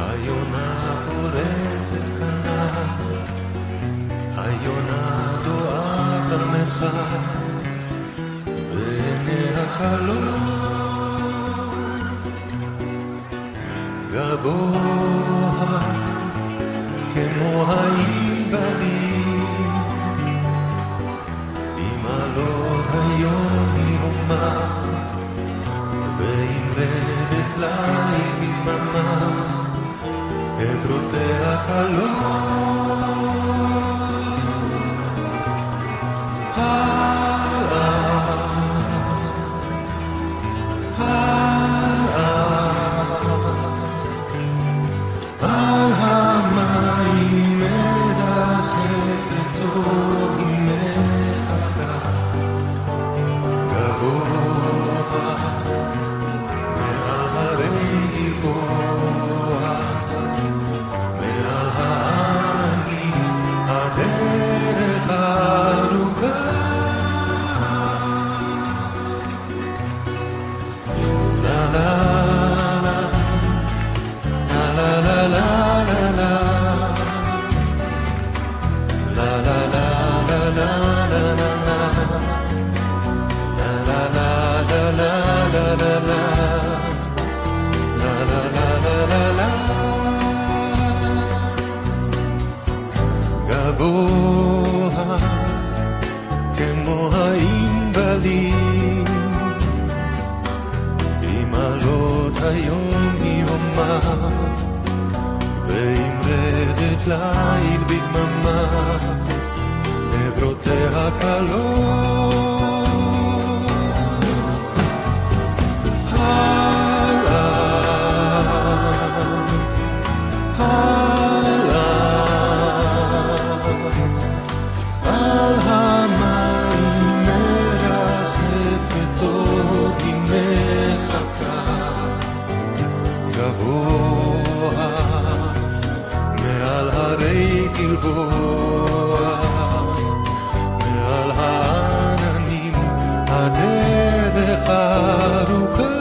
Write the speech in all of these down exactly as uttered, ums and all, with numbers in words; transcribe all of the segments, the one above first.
היונה פורסת קנה, היונה דועה במרחב, ועיני הקלות גבוה כמו הענבים, עם עלות היום יומה, ועם רדת ליל מדממה, עברותיה קלות. גבוה כמו הענבים, עם עלות היום יומה, ועם רדת ליל בדממה, עברותיה קלות. גלבוע מעל העננים, הדרך ארוכה.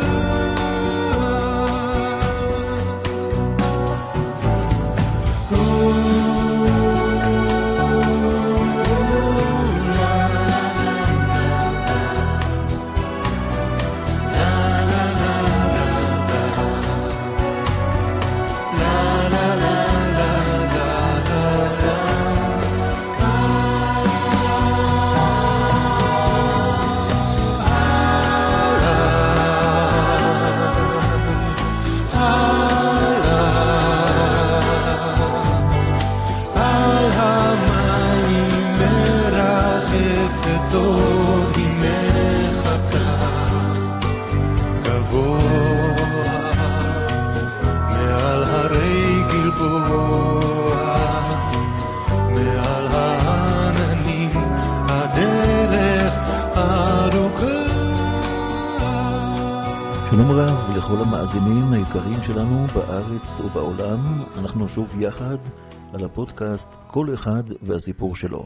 שלום רב לכל המאזינים היקרים שלנו בארץ ובעולם. אנחנו שוב יחד על הפודקאסט כל אחד והסיפור שלו.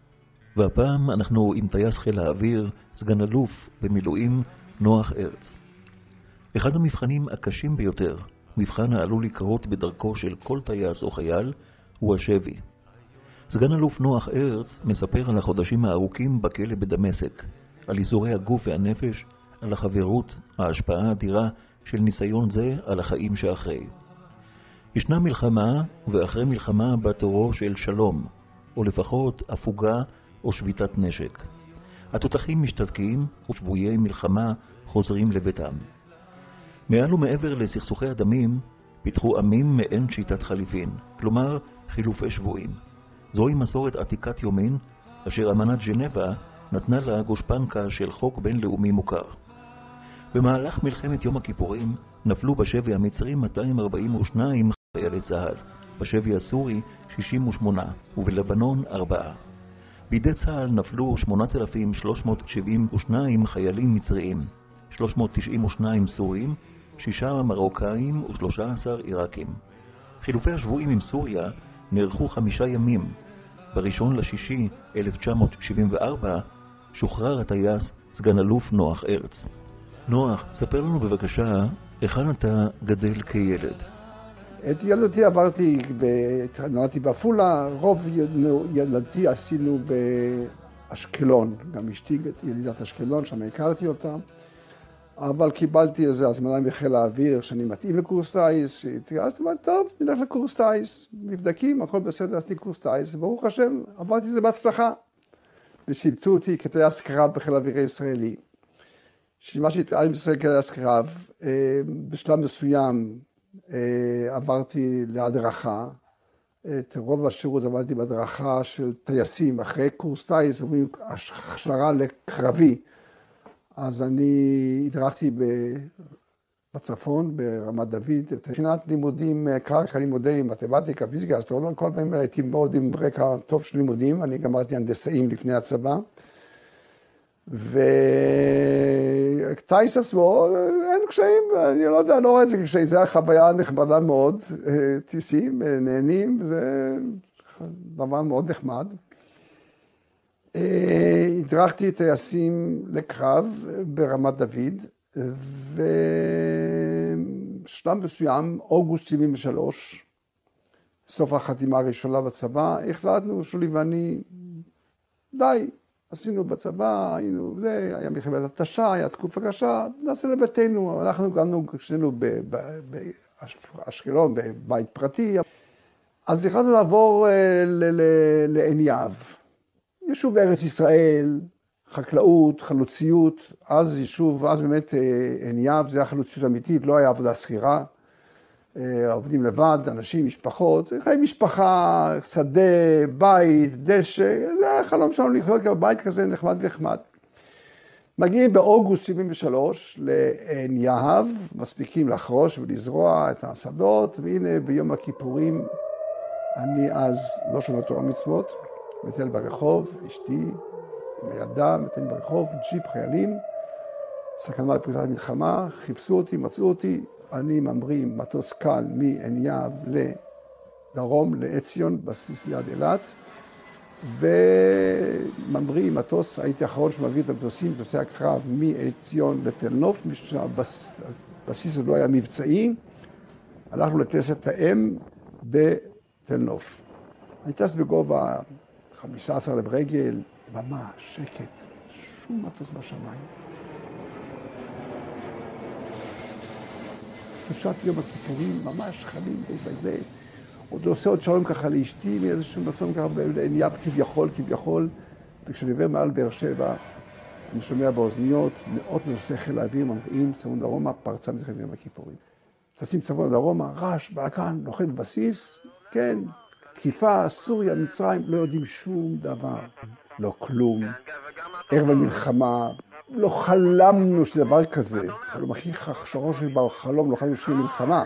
והפעם אנחנו עם טייס חיל האוויר, סגן אלוף במילואים נוח ארץ. אחד המבחנים הקשים ביותר, מבחן העלול לקרות בדרכו של כל טייס או חייל, הוא השבי. סגן אלוף נוח ארץ מספר על החודשים הארוכים בכלא בדמשק, על איסורי הגוף והנפש, על החברות, ההשפעה האדירה של ניסיון זה על החיים שאחרי. ישנה מלחמה, ואחרי מלחמה בא תורו של שלום, או לפחות הפוגה או שביתת נשק. התותחים משתתקים ושבויי מלחמה חוזרים לביתם. מעל ומעבר לסכסוכי הדמים, פיתחו עמים מעין שיטת חליפין, כלומר חילופי שבויים. זוהי מסורת עתיקת יומין, אשר אמנת ז'נבה נתנה לה גושפנקה של חוק בינלאומי מוכר. במהלך מלחמת יום הכיפורים נפלו בשבי המצרים מאתיים ארבעים ושניים חיילי צה"ל, בשבי הסורי שישים ושמונה ובלבנון ארבעה. בידי צה"ל נפלו שמונת אלפים שלוש מאות שבעים ושניים חיילים מצריים, שלוש מאות תשעים ושניים סורים, שישה מרוקאים ו-שלושה עשר עיראקים. חילופי השבויים עם סוריה נערכו חמישה ימים. בראשון לשישי אלף תשע מאות שבעים וארבע שוחרר הטייס סגן אלוף נוח ארץ. נוח, ספר לנו בבקשה, היכן אתה גדל כילד? את ילדותי עברתי, נולדתי בעפולה, רוב ילדתי עשינו באשקלון, גם אשתי ילידת אשקלון, שם הכרתי אותה, אבל קיבלתי איזו הזמנה מחיל האוויר שאני מתאים לקורס טייס, אז אמרתי, טוב, נלך לקורס טייס, מבדקים, הכל בסדר, עשיתי קורס טייס, ברוך השם, עברתי את זה בהצלחה, ושיבצו אותי כטייס קרב בחיל האוויר הישראלי. שמה שהתקעתי עם ישראל כטייס קרב, בשלב מסוים, עברתי להדרכה, את רוב השירות עברתי בהדרכה של טייסים, אחרי קורס טייס, אומרים הכשרה לקרבי, אז אני הדרכתי בצפון, ברמת דוד, מבחינת לימודים, קרקע לימודי מתמטיקה, פיזיקה, אסטרונומיה, כל פעמים הייתי מאוד עם רקע טוב של לימודים, אני גמרתי הנדסאים לפני הצבא, וטייס עצמו, אין קשיים, אני לא יודע, לא רואה את זה כקשיים, זה היה חוויה נכבדה מאוד, טיסים, נהנים, זה דבר מאוד נחמד. הדרכתי טייסים לקרב ברמת דוד, ושלב מסוים, אוגוסט שבעים ושלוש, סוף החתימה הראשונה בצבא, החלטנו, שולי ואני, די. עשינו בצבא, היינו, זה, היה מלחמת התשה, היה תקופה קשה, נעשה לביתנו, אנחנו גרנו כשנו באשקלון, בבית פרטי. אז החלטנו לעבור לעין יהב. יישוב ארץ ישראל, חקלאות, חלוציות, אז יישוב, אז באמת עין יהב, זה היה חלוציות אמיתית, לא היה עבודה שכירה. עובדים לבד, אנשים, משפחות, חיי משפחה, שדה, בית, דשא, זה היה החלום שלנו לחיות בבית כזה נחמד ונחמד. מגיעים באוגוסט שבעים ושלוש לעין יהב, מספיקים לחרוש ולזרוע את השדות, והנה ביום הכיפורים, אני אז לא שומע תורה מצוות, מטייל ברחוב, אשתי, עם הילדה, מטייל ברחוב, ג'יפ חיילים, סכנה לפריצת מלחמה, חיפשו אותי, מצאו אותי, אני ממריא מטוס קל מעין יהב לדרום, לעציון, בסיס ליד אילת, וממריא מטוס, הייתי האחרון שמביא את המטוסים, מטוסי הקרב מעציון לתל נוף, משום שהבסיס עוד לא היה מבצעי, הלכנו לטייסת האם בתל נוף. אני טס בגובה חמישה עשר אלף רגל, דממה, שקט, שום מטוס בשמיים. קדושת יום הכיפורים, ממש חמים בזה, עוד עושה עוד שלום ככה לאשתי, מאיזשהו מצום ככה בעין יהב כביכול, כביכול, וכשאני עובר מעל באר שבע, אני שומע באוזניות, מאות מטוסי חיל האוויר ממריאים צפון דרומה, פרצה מלחמת יום הכיפורים. טסים צפון דרומה, רעש, בלגן, נוחת בבסיס, כן, תקיפה, סוריה, מצרים, לא יודעים שום דבר, לא כלום, ערב המלחמה, לא חלמנו שדבר כזה, חלום הכי חשרו שבחלום, לא חלמנו שיהיה מלחמה.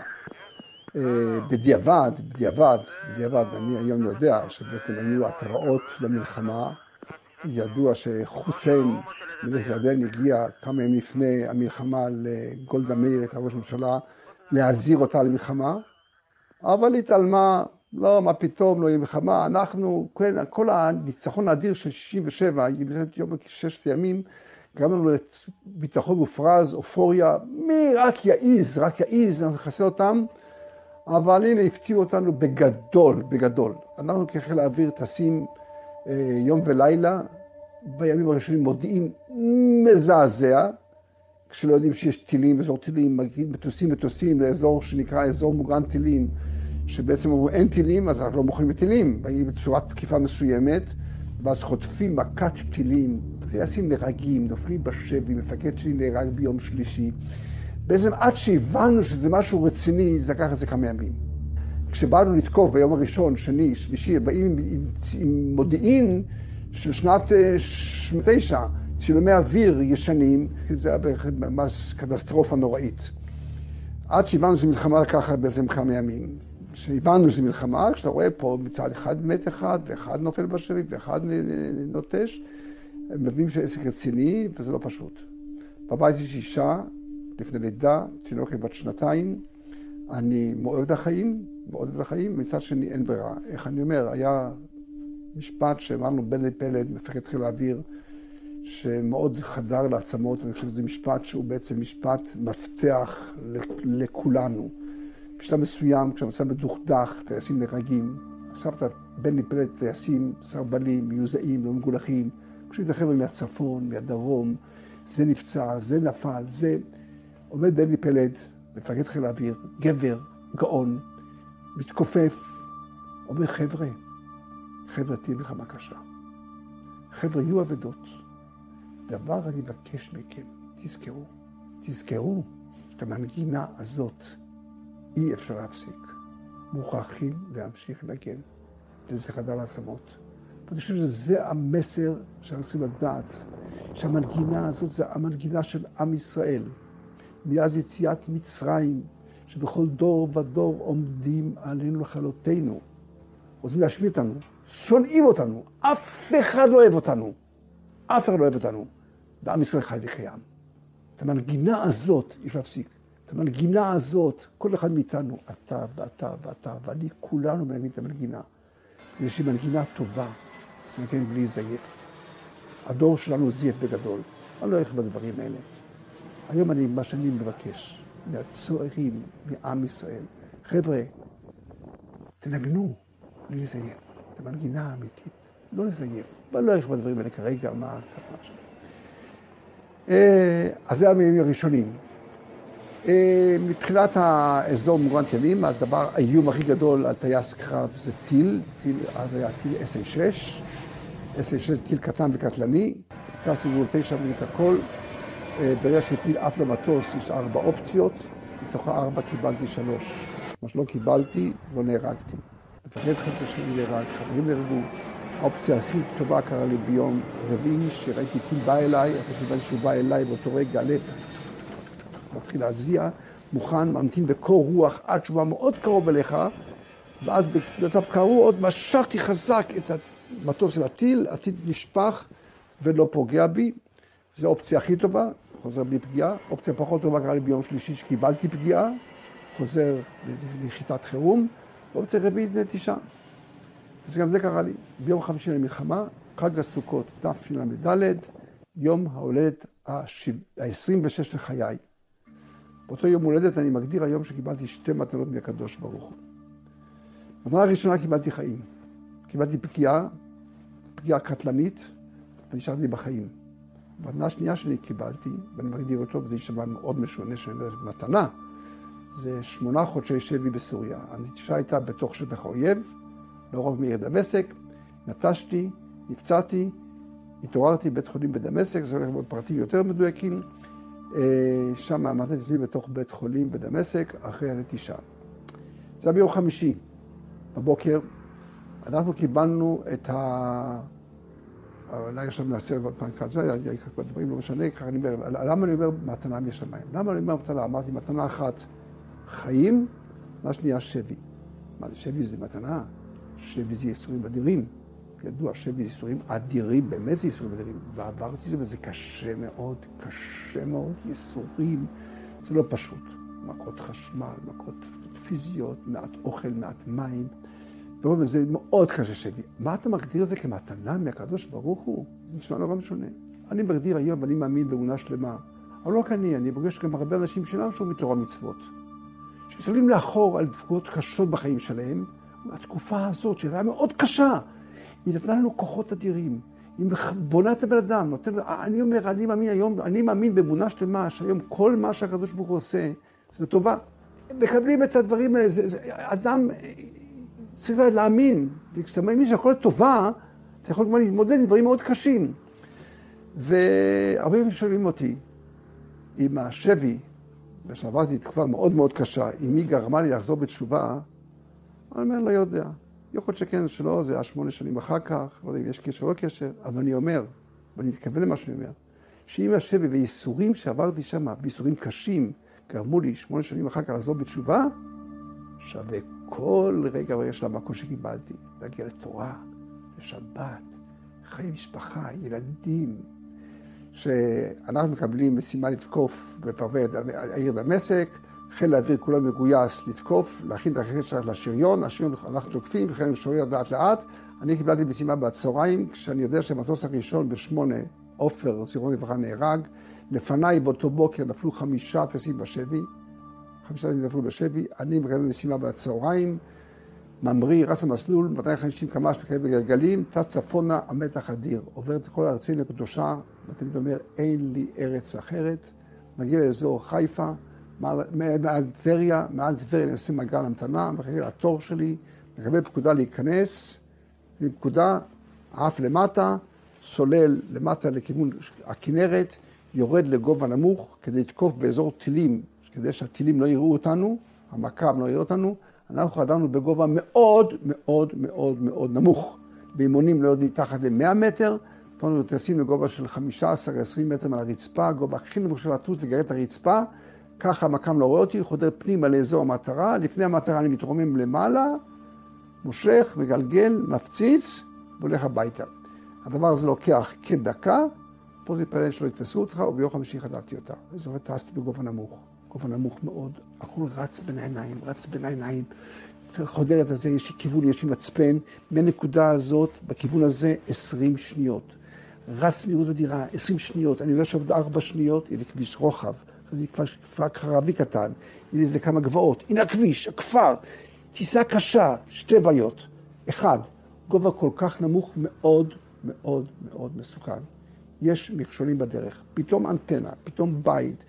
בדיעבד, בדיעבד, בדיעבד, אני היום יודע שבעצם היו התראות למלחמה, ידוע שחוסיין מלך ירדן הגיע כמה ימים לפני המלחמה לגולדה מאיר, את ראש הממשלה, להזהיר אותה למלחמה, אבל התעלמה, לא, מה פתאום, לא יהיה מלחמה, אנחנו, כל הניצחון האדיר של שישים ושבע, יום ששת ימים, גרם לנו לביטחון מופרז, אופוריה, מי רק יעיז, רק יעיז, אנחנו נחסל אותם, אבל הנה הפתיעו אותנו בגדול, בגדול. אנחנו כחיל האוויר טסים אה, יום ולילה, בימים הראשונים מודיעים מזעזע, כשלא יודעים שיש טילים, אזור טילים, מגיעים מטוסים מטוסים לאזור שנקרא אזור מוגן טילים, שבעצם אמרו אין טילים, אז אנחנו לא מוכנים בטילים, באים בצורת תקיפה מסוימת, ואז חוטפים מכת טילים, טייסים נהרגים, נופלים בשבי, מפקד שלי נהרג ביום שלישי. בעצם עד שהבנו שזה משהו רציני, זה לקח את זה כמה ימים. כשבאנו לתקוף ביום הראשון, שני, שלישי, באים עם, עם, עם מודיעין של שנת תשע, צילומי אוויר ישנים, זה היה ממש קטסטרופה נוראית. עד שהבנו שזה מלחמה לקחת בעצם כמה ימים. כשהבנו שזה מלחמה, כשאתה רואה פה מצד אחד מת אחד, ואחד נופל בשבי, ואחד נוטש, הם מבינים שעסק רציני, וזה לא פשוט. בבית יש אישה, לפני לידה, תינוקת בת שנתיים, אני מאוהב את החיים, מאוהב את החיים, מצד שני אין ברירה. איך אני אומר, היה משפט שאמרנו בן לפלד, מפקד חיל האוויר, שמאוד חדר לעצמות, ואני חושב שזה משפט שהוא בעצם משפט מפתח לכולנו. בשלב מסוים, כשהמצב מדוכדך, טייסים נהרגים. עכשיו אתה בין להיפלט טייסים, סרבלים, מיוזעים, לא מגולחים. פשוט החבר'ה מהצפון, מהדרום, זה נפצע, זה נפל, זה... עומד בין להיפלט, מפקד חיל האוויר, גבר, גאון, מתכופף, אומר חבר'ה, חבר'ה תהיה מלחמה קשה. חבר'ה יהיו אבדות. דבר אני מבקש מכם, תזכרו, תזכרו שאת המנגינה הזאת אי אפשר להפסיק. מוכרחים להמשיך לנגן. וזה חדר לעצמות. ואני חושב שזה המסר שאנחנו צריכים לדעת, שהמנגינה הזאת זה המנגינה של עם ישראל. מאז יציאת מצרים, שבכל דור ודור עומדים עלינו לכלותנו. רוצים להשמיע אותנו, שונאים אותנו, אף אחד לא אוהב אותנו. אף אחד לא אוהב אותנו. ועם ישראל חי וקיים. את המנגינה הזאת יש להפסיק. את המנגינה הזאת, כל אחד מאיתנו, אתה ואתה ואתה ואני, כולנו מנגנים את המנגינה. יש לי מנגינה טובה, זה מנגן בלי זייף. הדור שלנו זייף בגדול. אני לא הולך בדברים האלה. היום אני, מה שאני מבקש, מהצוערים, מעם ישראל, חבר'ה, תנגנו בלי לזייף. את המנגינה האמיתית, לא לזייף. ואני לא הולך בדברים האלה כרגע, מה קרה שם. אז זה הימים הראשונים. מבחינת האזור מוגן טילים, הדבר, האיום הכי גדול על טייס קרב זה טיל, טיל, אז היה טיל אס איי שש, אס איי שש טיל קטן וקטלני, טסנו מול תשע מול את הכל, ברגע שטיל עף למטוס יש ארבע אופציות, מתוך הארבע קיבלתי שלוש, מה שלא קיבלתי לא נהרגתי. מפקד חלק שלי נהרג, חברים נהרגו, האופציה הכי טובה קרה לי ביום רביעי, שראיתי טיל בא אליי, אחרי שבן שהוא בא אליי באותו רגע הלב, מתחיל להזיע, מוכן, ממתין בקור רוח עד שהוא בא מאוד קרוב אליך, ואז במצב קרוב עוד משכתי חזק את המטוס של הטיל, הטיל נשפך ולא פוגע בי, זו האופציה הכי טובה, חוזר בלי פגיעה, אופציה פחות טובה קרה לי ביום שלישי שקיבלתי פגיעה, חוזר לנחיתת חירום, ואופציה רביעית נטישה. אז גם זה קרה לי, ביום חמישי למלחמה, חג הסוכות תשל"ד, יום ההולדת ה-עשרים ושש לחיי. באותו יום הולדת אני מגדיר היום שקיבלתי שתי מתנות מהקדוש ברוך הוא. במתנה הראשונה קיבלתי חיים. קיבלתי פגיעה, פגיעה קטלנית, ונשארתי בחיים. במתנה השנייה שאני קיבלתי, ואני מגדיר אותו, וזה יישמע מאוד משונה שאני אומר, מתנה, זה שמונה חודשי שבי בסוריה. הנטישה הייתה בתוך שטח האויב, לא רק מעיר דמשק, נטשתי, נפצעתי, התעוררתי בבית חולים בדמשק, זה הולך מאוד פרטים יותר מדויקים, שם עמדתי אצלי בתוך בית חולים בדמשק אחרי הנטישה. זה היה ביום חמישי, בבוקר, אנחנו קיבלנו את ה... אולי עכשיו נעשה עוד פעם כזה, דברים לא משנה, ככה אני אומר, למה אני אומר מתנה משמיים? למה אני אומר מתנה? אמרתי מתנה אחת חיים, מתנה שנייה שבי. מה זה שבי? זה מתנה. שבי זה ייסורים אדירים. ידוע, שבי זה ייסורים אדירים, באמת זה ייסורים אדירים. ועברתי זה וזה קשה מאוד, קשה מאוד, ייסורים. זה לא פשוט. מכות חשמל, מכות פיזיות, מעט אוכל, מעט מים. וזה מאוד קשה שבי. מה אתה מגדיר את זה כמתנה מהקדוש ברוך הוא? זה נשמע נורא משונה. אני מגדיר היום, ואני מאמין באמונה שלמה. אבל לא רק אני, אני פוגש גם הרבה אנשים שלנו שומעים תורה מצוות. שמסתכלים לאחור על דפקות קשות בחיים שלהם, התקופה הזאת, שהייתה מאוד קשה, היא נתנה לנו כוחות אדירים. היא בונה את הבן אדם, נותן, אני אומר, אני מאמין היום, אני מאמין באמונה שלמה, שהיום כל מה שהקדוש ברוך הוא עושה, זה טובה. מקבלים את הדברים האלה, זה, זה, אדם צריך להאמין, וכשאתה מאמין שהכל טובה, אתה יכול כבר להתמודד עם דברים מאוד קשים. והרבה פעמים שואלים אותי, עם השבי, ושעברתי תקופה מאוד מאוד קשה, אם היא גרמה לי לחזור בתשובה, אני אומר, לא יודע. יכול להיות שכן, שלא, זה היה שמונה שנים אחר כך, לא יודע אם יש קשר או לא קשר, אבל אני אומר, ואני מתכוון למה שאני אומר, שאם השבי וייסורים שעברתי שם, וייסורים קשים, גרמו לי שמונה שנים אחר כך לחזור בתשובה, שווה כל רגע ורגע של המקום שקיבלתי, להגיע לתורה, לשבת, חיי משפחה, ילדים, שאנחנו מקבלים משימה לתקוף בפרווה העיר דמשק, חיל האוויר כולם מגויס לתקוף, להכין את החשת לשריון, השריון אנחנו תוקפים, חיל המשורר לאט לאט. אני קיבלתי משימה בצהריים, כשאני יודע שהמטוס הראשון בשמונה, עופר, זיכרונו לברכה, נהרג. לפניי באותו בוקר נפלו חמישה טייסים בשבי, חמישה ילדים נפלו בשבי, אני מקבל משימה בצהריים, ממריא, רץ למסלול, מאתיים וחמישים קמ"ש מקבל בגלגלים, טס צפונה, המתח אדיר, עובר את כל הארצים לקדושה, ותמיד אומר, אין לי ארץ אחרת, מגיע לאזור חיפה, מעל טבריה, מעל טבריה אני עושה מעגל המתנה, מחכה לתור שלי, מקבל פקודה להיכנס, פקודה, עף למטה, סולל למטה לכיוון הכנרת, יורד לגובה נמוך כדי לתקוף באזור טילים, כדי שהטילים לא יראו אותנו, המכ"ם לא יראו אותנו, אנחנו חדרנו בגובה מאוד מאוד מאוד מאוד נמוך. באימונים לא יודעים תחת ל-מאה מטר, פה אנחנו טסים לגובה של חמישה עשר עד עשרים מטר מעל הרצפה, גובה הכי נמוך של לטוס לגרד את הרצפה, ככה המכ"ם לא רואה אותי, חודר פנימה לאזור המטרה, לפני המטרה אני מתרומם למעלה, מושך, מגלגל, מפציץ, והולך הביתה. הדבר הזה לוקח כדקה, פה זה פלא שלא יתפסו אותך, וביום חמישי חדרתי אותה. אני זוכר, טסתי בגובה נמוך, גובה נמוך מאוד, הכל רץ בין העיניים, רץ בין העיניים, חודרת הזה, יש לי כיוון, יש לי מצפן, מהנקודה הזאת, בכיוון הזה, עשרים שניות. רץ מהירות אדירה, עשרים שניות, אני יודע שעוד ארבע שניות, יהיה לי כביש רוחב, זה כפר קרבי קטן, יהיה לי איזה כמה גבעות, הנה הכביש, הכפר, טיסה קשה, שתי בעיות. אחד, גובה כל כך נמוך מאוד מאוד מאוד מסוכן. יש מכשולים בדרך, פתאום אנטנה, פתאום בית.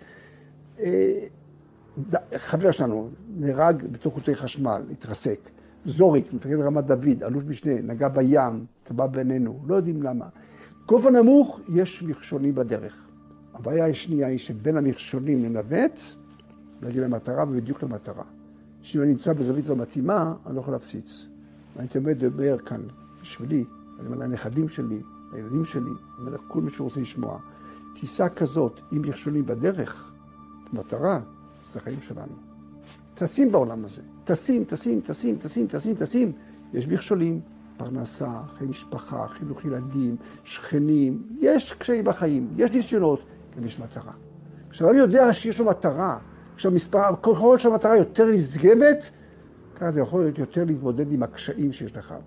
חבר שלנו נהרג בתוך חוטי חשמל, התרסק. זוריק, מפקד רמת דוד, אלוף משנה, נגע בים, טבע בינינו, לא יודעים למה. גובה נמוך, יש מכשולים בדרך. הבעיה השנייה היא שבין המכשולים לנווט, להגיע למטרה ובדיוק למטרה. שאם אני נמצא בזווית לא מתאימה, אני לא יכול להפציץ. ואני תמיד מדבר כאן בשבילי, אני אומר לנכדים שלי, לילדים שלי, אני אומר לכל מי שרוצה לשמוע. טיסה כזאת, עם מכשולים בדרך, מטרה, זה החיים שלנו. טסים בעולם הזה. טסים, טסים, טסים, טסים, טסים, טסים. יש מכשולים, פרנסה, חיי משפחה, חינוך ילדים, שכנים. יש קשיים בחיים, יש ניסיונות, גם יש מטרה. כשאדם יודע שיש לו מטרה, כשהמספר, כל שהמטרה יותר נשגבת, ככה זה יכול להיות יותר להתמודד עם הקשיים שיש לך.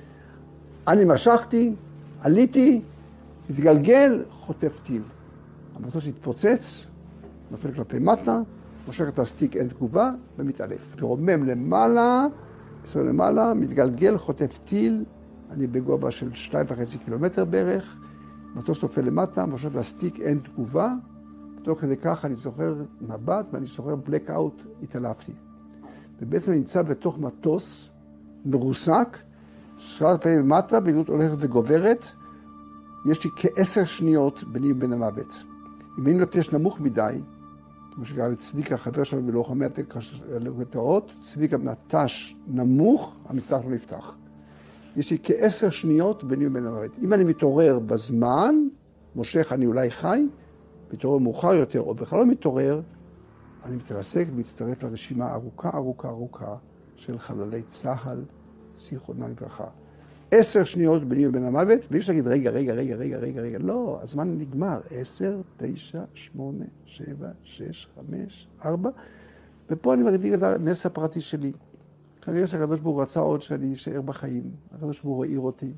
אני משכתי, עליתי, התגלגל, חוטף טיל. המטוס התפוצץ, נופל כלפי מטה, מושך את הסטיק, אין תגובה, ומתעלף. תרומם למעלה, מסתובב למעלה, מתגלגל, חוטף טיל, אני בגובה של שתיים וחצי קילומטר בערך, מטוס נופל למטה, מושך את הסטיק, אין תגובה, ותוך כדי כך אני זוכר מבט, ואני זוכר בלק-אוט, התעלפתי. ובעצם אני נמצא בתוך מטוס מרוסק, שלט פעמים למטה, פעילות הולכת וגוברת, יש לי כעשר שניות ביני ובין המוות. אם אני נוטש נמוך מדי, כמו שקרה לצביקה, חבר שלנו בלוחמי התאות, צביקה נטש נמוך, המצלח לא נפתח. יש לי כעשר שניות ביני ובין המוות. אם אני מתעורר בזמן, מושך אני אולי חי, מתעורר מאוחר יותר, או בכלל לא מתעורר, אני מתרסק ומצטרף לרשימה ארוכה, ארוכה, ארוכה של חללי צה"ל, זיכרונם לברכה. עשר שניות ביני ובין המוות, ואי אפשר להגיד, רגע, רגע, רגע, רגע, רגע, רגע, לא, הזמן נגמר. עשר, תשע, שמונה, שבע, שש, חמש, ארבע, ופה אני מגדיר את הנס הפרטי שלי. כנראה שהקדוש ברוך הוא רצה עוד שאני אשאר בחיים. הקדוש ברוך הוא העיר אותי.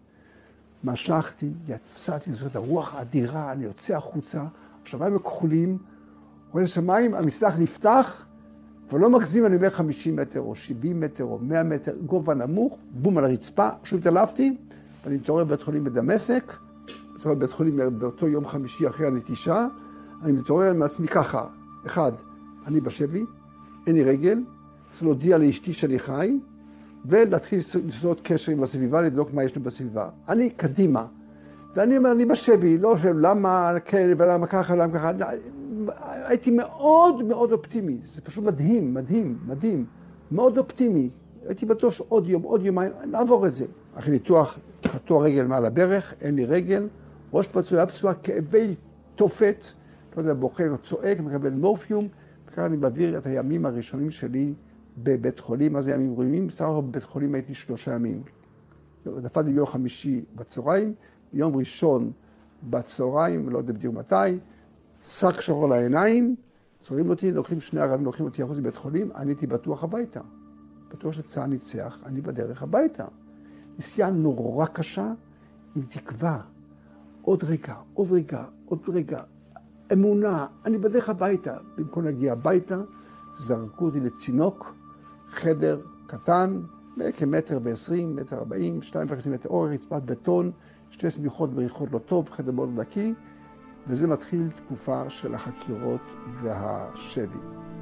משכתי, יצאתי, זאת הרוח האדירה, אני יוצא החוצה, השמיים הכחולים, רואה שמיים, המצלח נפתח, ולא מגזים, אני אומר חמישים מטר, או שבעים מטר, או מאה מטר, גובה נמוך, בום על הרצפה, שוב התעלפתי, ואני מתעורר בבית חולים בדמשק, מתעורר בבית חולים באותו יום חמישי אחרי הנטישה, אני מתעורר מעצמי ככה, אחד, אני בשבי, אין לי רגל, צריך להודיע לאשתי שאני חי, ולהתחיל לסוד קשר עם הסביבה, לבדוק מה יש לי בסביבה. אני קדימה, ואני אומר, אני בשבי, לא חושב למה כן ולמה ככה, למה ככה, הייתי מאוד מאוד אופטימי, זה פשוט מדהים, מדהים, מדהים, מאוד אופטימי. הייתי בטוח שעוד יום, עוד יומיים, נעבור את זה. אחרי ניתוח, חתוע רגל מעל הברך, אין לי רגל, ראש פצוע, פצוע, כאבי תופת, לא יודע, בוחר, צועק, מקבל מורפיום, וכאן אני מעביר את הימים הראשונים שלי בבית חולים, מה זה ימים ראויים? בסך הכל בבית חולים הייתי שלושה ימים. נפלתי ביום חמישי בצהריים, ביום ראשון בצהריים, לא יודע בדיוק מתי, שק שחור לעיניים, צורים אותי, לוקחים שני ערבים, לוקחים אותי אחוז לבית חולים, אני הייתי בטוח הביתה. בטוח שצה"ל ניצח, אני בדרך הביתה. נסיעה נורא קשה, עם תקווה. עוד רגע, עוד רגע, עוד רגע. אמונה, אני בדרך הביתה. במקום להגיע הביתה, זרקו אותי לצינוק, חדר קטן, כמטר בעשרים, מטר ארבעים, שתיים וחצי מטר אורך, רצפת בטון, שתי סמיכות בריחות לא טוב, חדר מאוד נקי, וזה מתחיל תקופה של החקירות והשבי.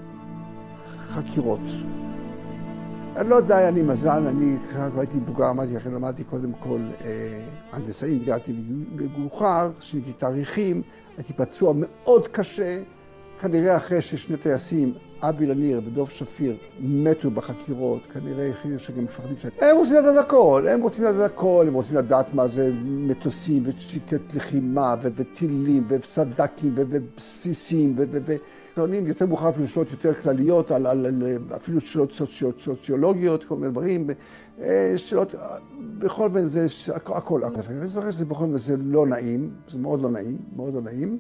חקירות. אני לא יודע, אני מזל, אני כבר הייתי מבוגר, אמרתי לכם, למדתי קודם כל הנדסאים, הגעתי מאוחר, שיניתי תאריכים, הייתי פצוע מאוד קשה, כנראה אחרי ששני טייסים, אבי לניר ודוב שפיר, מתו בחקירות, כנראה הכינו שגם מפחדים שלהם. הם רוצים לדעת הכל, הם רוצים לדעת הכל, הם רוצים לדעת מה זה מטוסים ושיטות לחימה וטילים וסדקים ובסיסים ועונים יותר מאוחר אפילו שאלות יותר כלליות, על, על, על, אפילו שאלות סוציולוגיות, כל מיני דברים, שאלות, בכל אופן זה הכל. אני זוכר שזה בכל אופן זה לא נעים, זה מאוד לא נעים, מאוד לא נעים.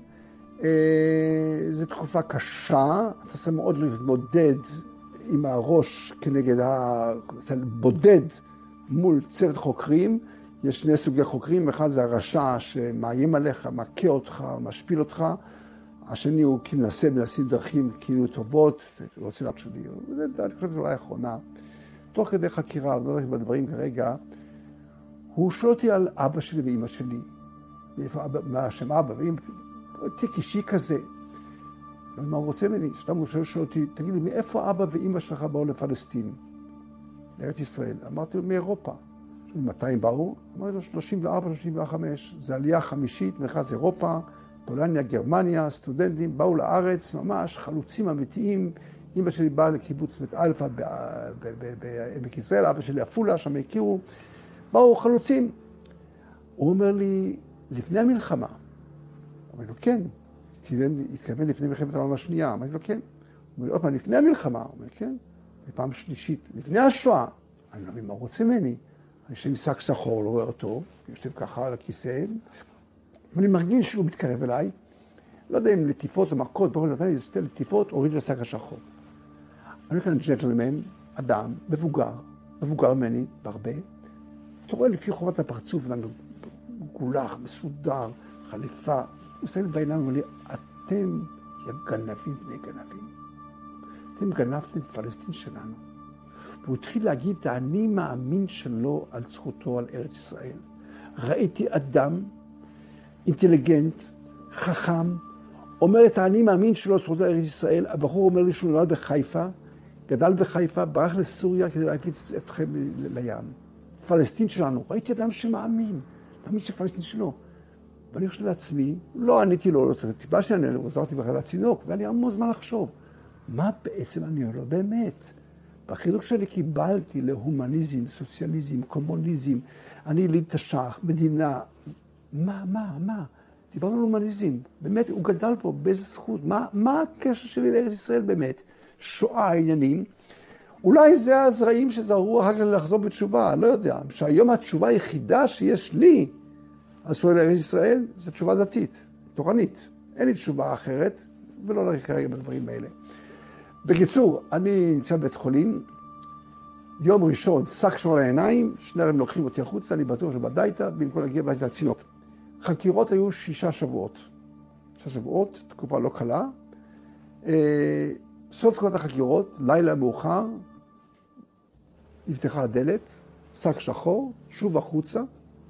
זו תקופה קשה, אתה צריך מאוד להתמודד עם הראש כנגד ה... אתה בודד מול צוות חוקרים, יש שני סוגי חוקרים, אחד זה הרשע שמאיים עליך, מכה אותך, משפיל אותך, השני הוא כאילו מנסה מנסים דרכים כאילו טובות, רוצה לך שלי, אני חושב שאולי האחרונה. תוך כדי חקירה, אני לא הולך בדברים כרגע, הוא שואל אותי על אבא שלי ואמא שלי, מה השם אבא ואמא, תיק אישי כזה. מה הוא רוצה ממני? שאתה שואל אותי, תגיד לי, מאיפה אבא ואמא שלך באו לפלסטין? לארץ ישראל. אמרתי לו, מאירופה. מתי הם באו? אמרתי לו, שלושים וארבע שלושים וחמש. זה עלייה חמישית, מרכז אירופה, פולניה, גרמניה, סטודנטים, באו לארץ, ממש חלוצים אמיתיים. אמא שלי באה לקיבוץ בית אלפא בעמק ישראל, אבא שלי עפולה, שם הכירו. באו חלוצים. הוא אומר לי, לפני המלחמה, אמרתי לו, כן. התכוון לפני מלחמת העולם השנייה. אמרתי לו, כן. הוא אומר לי, עוד פעם, לפני המלחמה. הוא אומר, כן. בפעם שלישית, לפני השואה. אני לא מבין מה הוא רוצה ממני. אני יושב עם שק שחור, לא רואה אותו, יושב ככה על הכיסא, ואני מרגיש שהוא מתקרב אליי. לא יודע אם לטיפות או מכות, בכל נתן לי איזה שתי לטיפות, הוריד לשק השחור. אני כאן ג'נטלמן, אדם, מבוגר, מבוגר ממני, בהרבה. אתה רואה לפי חובת הפרצוף, מגולח, מסודר, חליפה. הוא מסתכל בעיניים ואומר לי, אתם גנבים בני גנבים. אתם גנבתם פלסטין שלנו. והוא התחיל להגיד את האני מאמין שלו על זכותו על ארץ ישראל. ראיתי אדם אינטליגנט, חכם, אומר את האני מאמין שלו על זכותו על ארץ ישראל. הבחור אומר לי שהוא נולד בחיפה, גדל בחיפה, ברח לסוריה כדי להפיץ אתכם לים. פלסטין שלנו, ראיתי אדם שמאמין, מאמין שפלסטין שלו. ואני חושב לעצמי, לא עניתי לו, לא צריך, טיפה שאני עזרתי בכלל לצינוק, והיה לי המון זמן לחשוב, מה בעצם אני אומר לו באמת? בחינוך שלי קיבלתי להומניזם, סוציאליזם, קומוניזם, אני יליד תש"ח, מדינה, מה, מה, מה? דיברנו על הומניזם, באמת, הוא גדל פה, באיזה זכות, מה, מה הקשר שלי לארץ ישראל באמת? שואה, עניינים, אולי זה הזרעים שזרעו אחר כך לחזור בתשובה, לא יודע, שהיום התשובה היחידה שיש לי, אז תשובה לארץ ישראל, זו תשובה דתית, תורנית. אין לי תשובה אחרת, ולא נראה כרגע בדברים האלה. בקיצור, אני נמצא בבית חולים, יום ראשון, שק שור על העיניים, שני רבים לוקחים אותי החוצה, אני בטוח שבדייתא, במקום להגיע ביתה לצינוק. חקירות היו שישה שבועות. שישה שבועות, תקופה לא קלה. סוף תקופת החקירות, לילה מאוחר, נפתחה הדלת, שק שחור, שוב החוצה,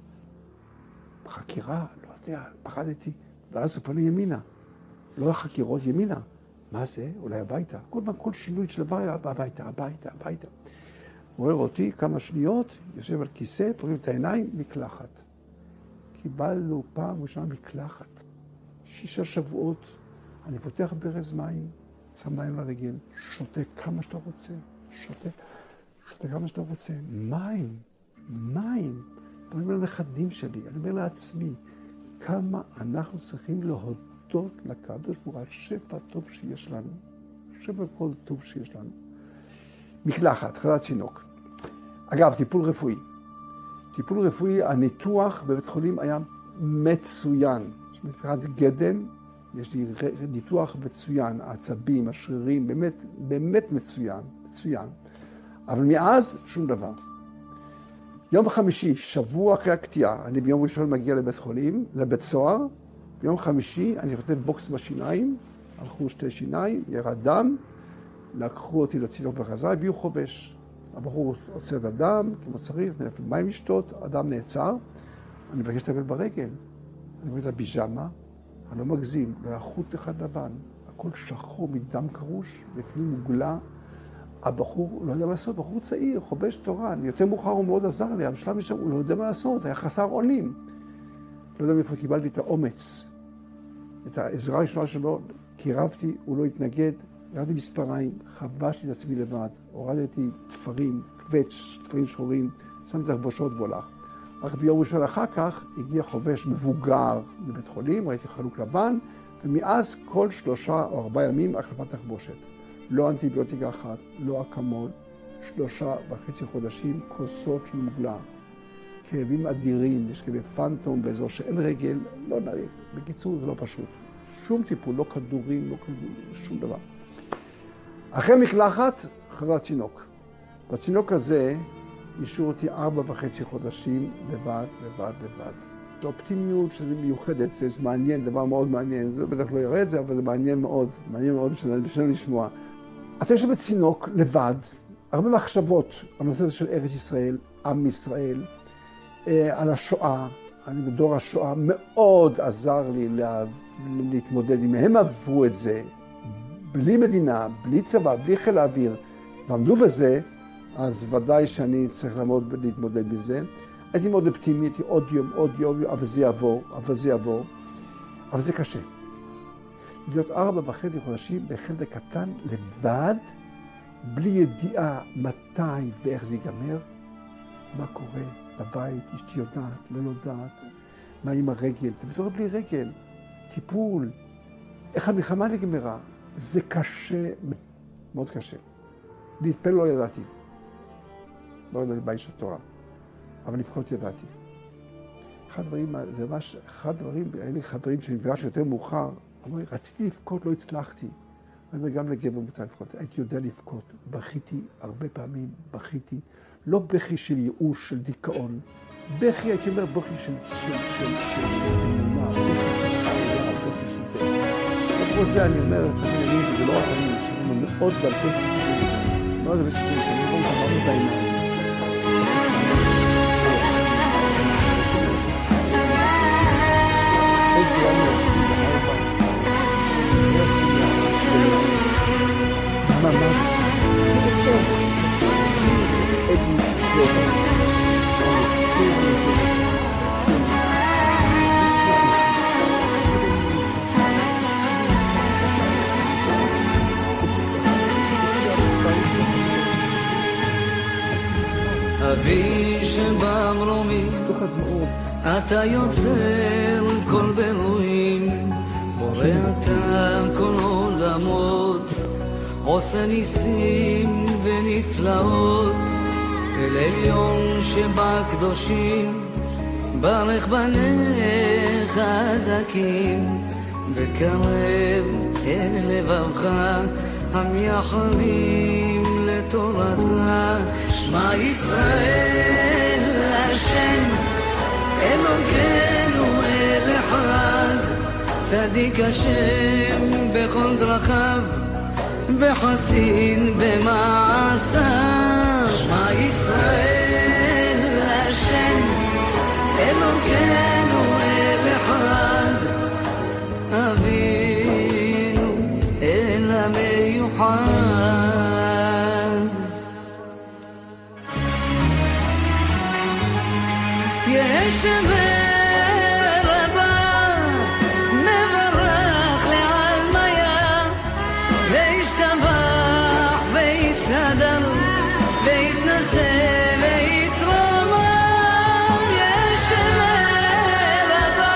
חקירה, לא יודע, פחדתי, ואז הוא פנה ימינה. לא החקירות, ימינה. מה זה? אולי הביתה. כל פעם, כל שינוי של דבר היה הביתה, הביתה, הביתה. הוא רואה אותי כמה שניות, יושב על כיסא, פותחים את העיניים, מקלחת. קיבלנו פעם ראשונה מקלחת. שישה שבועות, אני פותח ברז מים, שם מים לרגל, שותה כמה שאתה רוצה, שותה, שותה כמה שאתה רוצה. מים, מים. אני אומר לנכדים שלי, אני אומר לעצמי, כמה אנחנו צריכים להודות לקדוש ברוך הוא על שפע טוב שיש לנו, שפע כל טוב שיש לנו. מקלחת, חלת צינוק. אגב, טיפול רפואי. טיפול רפואי, הניתוח בבית חולים היה מצוין. מבחינת גדם, יש לי ניתוח מצוין, העצבים, השרירים, באמת, באמת מצוין, מצוין. אבל מאז, שום דבר. יום חמישי, שבוע אחרי הקטיעה, אני ביום ראשון מגיע לבית חולים, לבית סוהר, ביום חמישי אני חוטף בוקס בשיניים, הלכו שתי שיניים, ירד דם, לקחו אותי לצינוק בחזרה, הביאו חובש. הבחור עוצר את הדם, כמו צריך, נלף מים לשתות, הדם נעצר. אני מבקש לטפל ברגל. אני מבקש את הביג'מה, אני לא מגזים, לא היה חוט אחד לבן. הכל שחור מדם קרוש, לפנים מוגלה. הבחור לא יודע מה לעשות, בחור צעיר, חובש תורן. יותר מאוחר הוא מאוד עזר לי, בשלב משם הוא לא יודע מה לעשות, היה חסר אונים. לא יודע מאיפה קיבלתי את האומץ, את העזרה הראשונה שלו, קירבתי, הוא לא התנגד, ירדתי מספריים, חבשתי את עצמי לבד, הורדתי תפרים, קווץ', תפרים שחורים, שמתי תחבושות והולך. רק ביום ראשון אחר כך הגיע חובש מבוגר מבית חולים, ראיתי חלוק לבן, ומאז כל שלושה או ארבעה ימים החלפת תחבושת. לא אנטיביוטיקה אחת, לא אקמול, שלושה וחצי חודשים, כוסות של מוגלה. כאבים אדירים, יש כאבי פנטום באזור שאין רגל, לא נריב. בקיצור, זה לא פשוט. שום טיפול, לא כדורים, לא כדורים, שום דבר. אחרי מקלחת, חזר צינוק. בצינוק הזה, אישרו אותי ארבע וחצי חודשים לבד, לבד, לבד. זו אופטימיות שזה מיוחדת, זה מעניין, דבר מאוד מעניין. זה בטח לא יראה את זה, אבל זה מעניין מאוד, מעניין מאוד בשביל לשמוע. אתה יושב בצינוק לבד, הרבה מחשבות על הנושא הזה של ארץ ישראל, עם ישראל, על השואה. אני בדור השואה מאוד עזר לי לה, להתמודד עם, הם עברו את זה, בלי מדינה, בלי צבא, בלי חיל האוויר, ועמדו בזה, אז ודאי שאני צריך לעמוד להתמודד בזה. הייתי מאוד אופטימי, הייתי עוד יום, עוד יום, אבל זה יעבור, אבל זה יעבור. אבל זה קשה. להיות ארבע וחצי חודשים בחדר קטן לבד, בלי ידיעה מתי ואיך זה ייגמר, מה קורה בבית, אשתי יודעת, לא יודעת, מה עם הרגל, אתה מתעורר בלי רגל, טיפול, איך המלחמה נגמרה, זה קשה, מאוד קשה. להתפלל לא ידעתי, לא ידעתי באיש התורה, אבל לבכות ידעתי. אחד הדברים, זה ממש, אחד הדברים, היה לי חברים שנפגש יותר מאוחר, אמרו, רציתי לבכות, לא הצלחתי. אני אומר, גם לגבר מותר לבכות, הייתי יודע לבכות, בכיתי הרבה פעמים, בכיתי, לא בכי של ייאוש, של דיכאון, בכי, הייתי אומר, בכי של אמונה, בכי של חיה, בכי של זה. כמו זה אני אומר, זה לא רק אני, שאני מאוד באלפי סיפורים, מאוד באלפי סיפורים, אני רואה את המערכת בעיניים. ממש. אבי שבמרומי, אתה יוצר כל ברואין, בורא אתה כל עולמות, עושה ניסים ונפלאות, אל עליון שבקדושים, ברך בניך חזקים, וקרב אל לבבך המייחלים לתורתך. שמע ישראל השם אלוקינו אל אחד, צדיק השם בכל דרכיו, וחסין במעשיו. שמע ישראל השם אלוקינו אל אחד, אבינו אל המיוחד. יש רבה מברך לעלמיה, וישתבח ויתהדר ויתנשא ויתרומם. יש רבה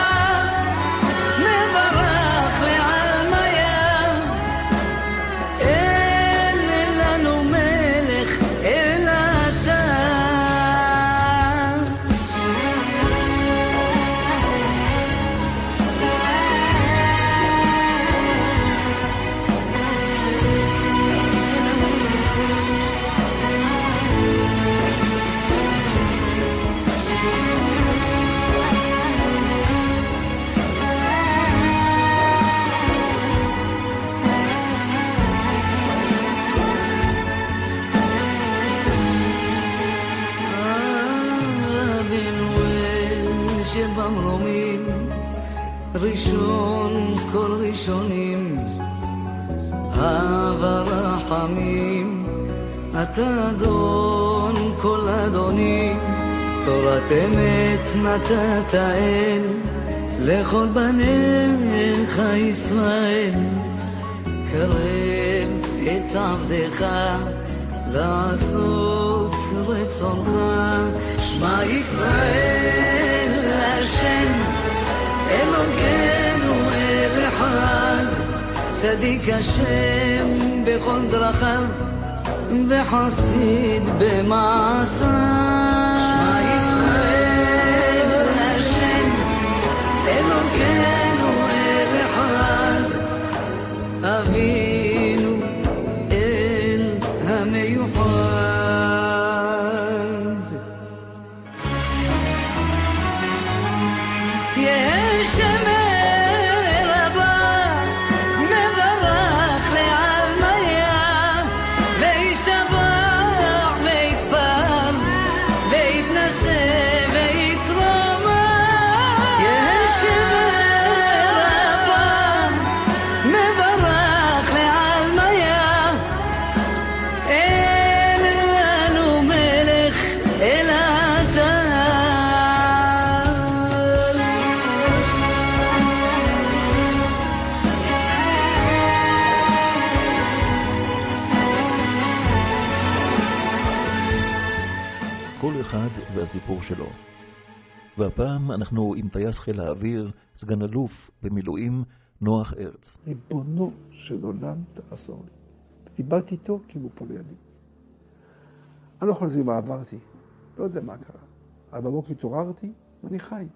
מברך לעלמיה, אין לנו מלך אלא אתה. ראשון כל ראשונים, אהבה רחמים, אתה אדון כל אדונים, תורת אמת נתת אל לכל בניך ישראל, קרב את עבדך לעשות רצונך. שמע ישראל השם אלוקינו אל אחד, צדיק השם בכל דרכיו וחסיד במעשיו. שמע ישראל השם אלוקינו אל אחד, אבינו אל המיוחד. יש שמר הבא מברך לעלמיה, וישתבח ויתפאר ויתנשא ויתרומם. יש שמר הבא מברך לעלמיה, אין לנו מלך אלא אתה. כל אחד והסיפור שלו. והפעם אנחנו עם טייס חיל האוויר, סגן אלוף במילואים, נוח ארץ. ריבונו של עולם תעזור לי. דיברתי איתו כי הוא פה לידי. אני לא יכול להסביר מה עברתי, לא יודע מה קרה. אבל בבוקר התעוררתי ואני חי.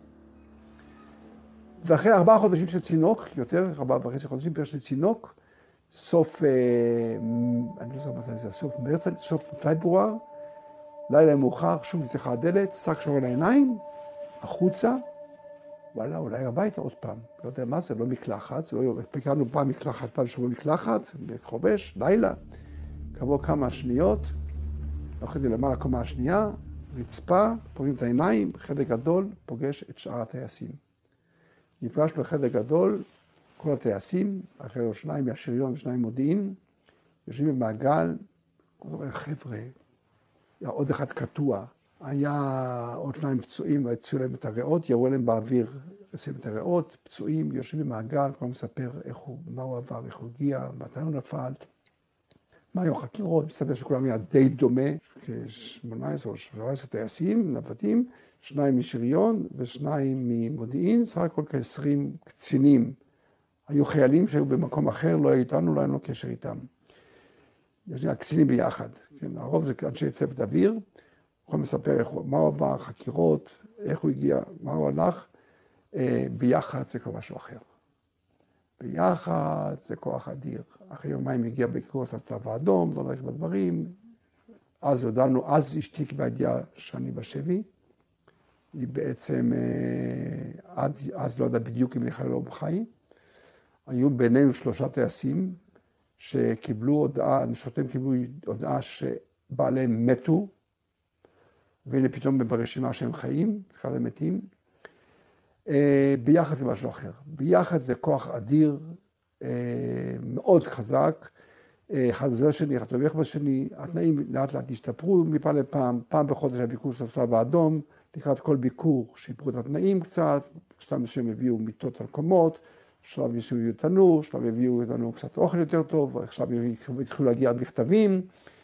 ואחרי ארבעה חודשים של צינוק, יותר, ארבעה וחצי חודשים פרש של צינוק, סוף, אה, אני לא זוכר מתי זה, סוף מרץ, סוף פברואר, לילה מאוחר, שוב נפתחה הדלת, שק שור על העיניים, החוצה, וואלה, אולי הביתה עוד פעם. לא יודע מה זה, לא מקלחת, זה לא, פיקרנו פעם מקלחת, פעם שבוע מקלחת, בחובש, לילה. כעבור כמה שניות, הולכתי למעלה קומה השנייה, רצפה, פוגעים את העיניים, חדר גדול, פוגש את שאר הטייסים. נפגש בחדר גדול, כל הטייסים, אחרי שניים מהשריון ושניים מודיעין, יושבים במעגל, כל דבר, חבר'ה, היה עוד אחד קטוע, היה עוד שניים פצועים, והציעו להם את הריאות, ירו להם באוויר, עושים את הריאות, פצועים, יושבים במעגל, כולם מספר איך הוא, מה הוא עבר, איך הוא הגיע, מתי הוא נפל, מה היו חקירות, מסתבר שכולם היה די דומה, כ-שמונה עשרה או שבע עשרה טייסים, נווטים, שניים משריון ושניים ממודיעין, סך הכל כ-עשרים קצינים. היו חיילים שהיו במקום אחר, לא היו איתנו, לא היה לנו קשר איתם. יש לי הקצינים ביחד, כן, הרוב זה אנשי צוות אוויר, יכולים לספר איך, מה הוא עבר, חקירות, איך הוא הגיע, מה הוא הלך, אה, ביחד זה כבר משהו אחר. ביחד זה כוח אדיר. אחרי יומיים הגיע בקורס לצלב האדום, לא נלך בדברים, אז הודענו, אז אשתי קיבלה ידיעה שאני בשבי, היא בעצם, אה, עד, אז לא יודע בדיוק אם נכלל לא בחי, היו בינינו שלושה טייסים, שקיבלו הודעה, הנשוטים קיבלו הודעה שבעליהם מתו, והנה פתאום ברשימה שהם חיים, אחד הם מתים. ביחד זה משהו אחר. ביחד זה כוח אדיר, מאוד חזק. אחד עוזר שני, אחד תומך בשני, התנאים לאט לאט השתפרו מפעם לפעם, פעם בחודש היה ביקור של הצלב האדום, לקראת כל ביקור שיפרו את התנאים קצת, שלב שהם הביאו מיטות על קומות, שלב מסוים הביאו תנור, שלב הביאו לנו קצת אוכל יותר טוב, עכשיו התחילו להגיע מכתבים.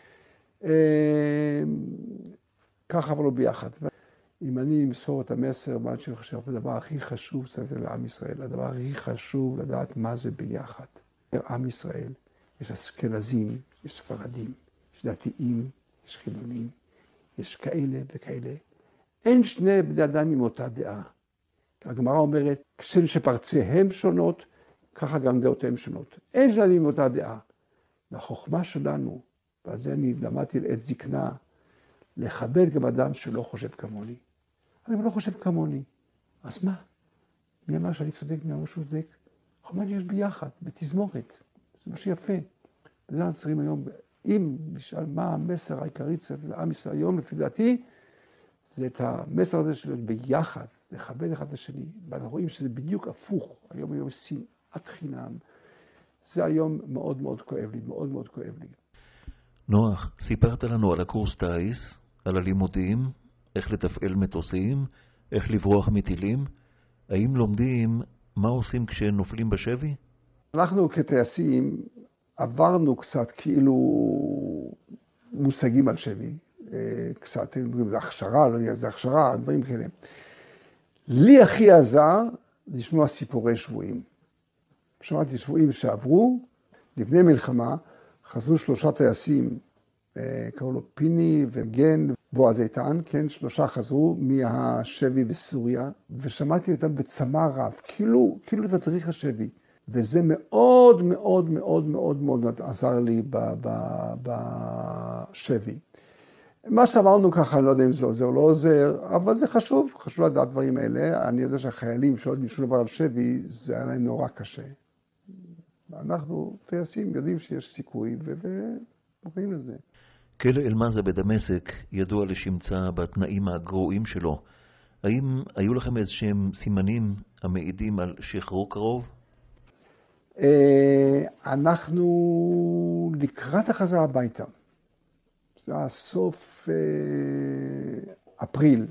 ככה אבל לא ביחד. אם אני אמסור את המסר, מה שאני חושב, הדבר הכי חשוב זה לעם ישראל, הדבר הכי חשוב לדעת מה זה ביחד. עם ישראל, יש אשכנזים, יש ספרדים, יש דתיים, יש חילונים, יש כאלה וכאלה. אין שני בני אדם עם אותה דעה. הגמרא אומרת, כשם שפרציהם שונות, ככה גם דעותיהם שונות. אין שני אדם עם אותה דעה. והחוכמה שלנו, ועל זה אני למדתי לעת זקנה, לכבד גם אדם שלא חושב כמוני. אבל אם לא חושב כמוני, אז מה? מי אמר שאני צודק, מי אמר שהוא צודק? חוכמה יש ביחד, בתזמורת. זה מה שיפה. וזה אנחנו צריכים היום, אם נשאל מה המסר העיקרי לעם ישראל היום, לפי דעתי, זה את המסר הזה של ביחד. לכבד אחד את השני. ואנחנו רואים שזה בדיוק הפוך. היום היום שנאת חינם. זה היום מאוד מאוד כואב לי, מאוד מאוד כואב לי. נוח, סיפרת לנו על הקורס טייס, על הלימודים, איך לתפעל מטוסים, איך לברוח מטילים. האם לומדים מה עושים כשנופלים בשבי? אנחנו כטייסים עברנו קצת כאילו מושגים על שבי. קצת, זה הכשרה, לא יודע, זה הכשרה, דברים כאלה. לי הכי עזר לשמוע סיפורי שבויים. שמעתי שבויים שעברו, לפני מלחמה, חזרו שלושה טייסים, קראו לו פיני וגן, בועז איתן, כן, שלושה חזרו מהשבי בסוריה, ושמעתי אותם בצמא רב, כאילו, כאילו תדריך השבי. וזה מאוד מאוד מאוד מאוד מאוד עזר לי בשבי. מה שאמרנו ככה, אני לא יודע אם זה עוזר או לא עוזר, אבל זה חשוב, חשוב לדעת דברים האלה. אני יודע שהחיילים שלא יודעים שום דבר על שבי, זה היה להם נורא קשה. אנחנו טייסים יודעים שיש סיכוי, ומוכנים לזה. כלא אל-מזה בדמשק ידוע לשמצה בתנאים הגרועים שלו. האם היו לכם איזשהם סימנים המעידים על שחרור קרוב? אנחנו לקראת החזרה הביתה. זה היה סוף אפריל.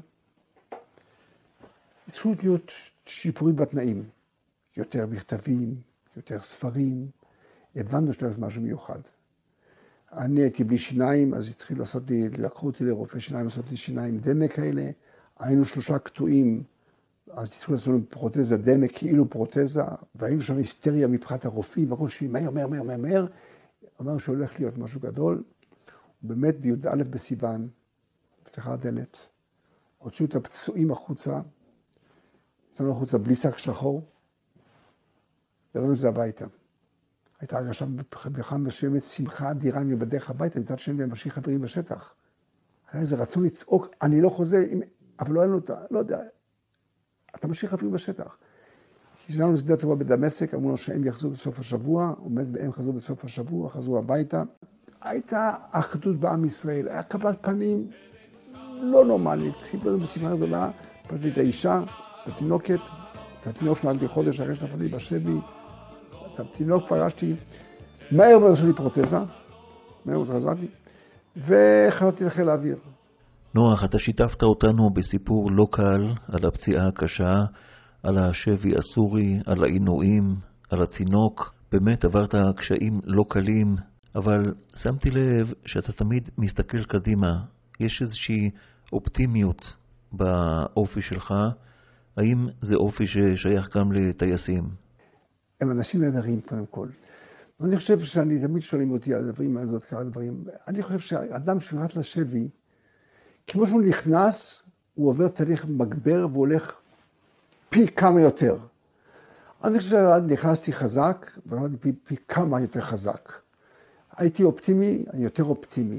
התחילו להיות שיפורים בתנאים. יותר מכתבים, יותר ספרים. הבנו שזה משהו מיוחד. אני הייתי בלי שיניים, אז התחילו לעשות לי, לקחו אותי לרופא שיניים, לעשות לי שיניים דמק כאלה. היינו שלושה קטועים, אז התחילו לעשות לנו פרוטזה דמק, כאילו פרוטזה, והיינו שם היסטריה מבחינת הרופאים, והכל שלי מהר, מהר, מהר, מהר, מהר. אמרנו שהולך להיות משהו גדול. באמת בי"א בסיוון, פתחה הדלת, הוציאו את הפצועים החוצה, יצאנו החוצה בלי שק שחור, ידענו את זה הביתה. הייתה הרגשה בכלל מסוימת, שמחה אדירה, אני בדרך הביתה, מצד שני ומשאיר חברים בשטח. היה איזה רצון לצעוק, אני לא חוזר, אבל לא היה לנו, לא יודע, אתה משאיר חברים בשטח. כשהגענו לשדה התעופה בדמשק, אמרו לנו שהם יחזרו בסוף השבוע, עומד והם חזרו בסוף השבוע, חזרו הביתה. הייתה אחדות בעם ישראל, היה קבלת פנים לא נורמלית. קיבלנו בשמחה גדולה, פגשתי את האישה, את התינוקת, את התינוק שנולדתי חודש אחרי שנפלתי בשבי, את התינוק פגשתי, מהר מאוד עשו לי פרוטזה, מהר מאוד חזרתי, וחזרתי לחיל האוויר. נוח, אתה שיתפת אותנו בסיפור לא קל על הפציעה הקשה, על השבי הסורי, על העינויים, על הצינוק. באמת עברת קשיים לא קלים, אבל שמתי לב שאתה תמיד מסתכל קדימה. יש איזושהי אופטימיות באופי שלך. האם זה אופי ששייך גם לטייסים? הם אנשים נהדרים קודם כל. אני חושב שאני תמיד שואלים אותי על הדברים הזאת, כמה דברים. אני חושב שהאדם שנכנס לשבי, כמו שהוא נכנס, הוא עובר תהליך מגבר והוא הולך פי כמה יותר. אני חושב שנכנסתי חזק, ועברתי פי, פי כמה יותר חזק. הייתי אופטימי, אני יותר אופטימי.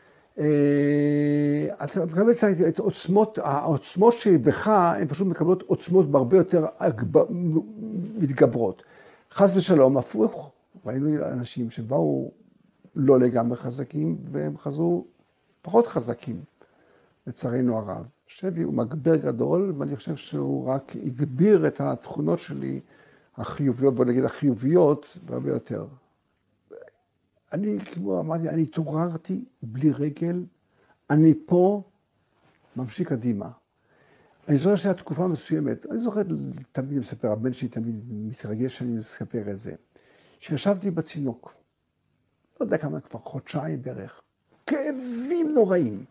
אתה מקבל את עוצמות, העוצמות שבך, הן פשוט מקבלות עוצמות בהרבה יותר מתגברות. חס ושלום, הפוך, ראינו אנשים שבאו לא לגמרי חזקים, והם חזרו פחות חזקים, לצערנו הרב. שבי הוא מגבר גדול, ואני חושב שהוא רק הגביר את התכונות שלי, החיוביות, בוא נגיד החיוביות, והרבה יותר. אני, כמו אמרתי, אני התעוררתי בלי רגל, אני פה, ממשיך קדימה. אני זוכר שהיה תקופה מסוימת, אני זוכר תמיד מספר, הבן שלי תמיד מתרגש שאני מספר את זה, שישבתי בצינוק, לא יודע כמה, כבר חודשיים בערך, כאבים נוראים,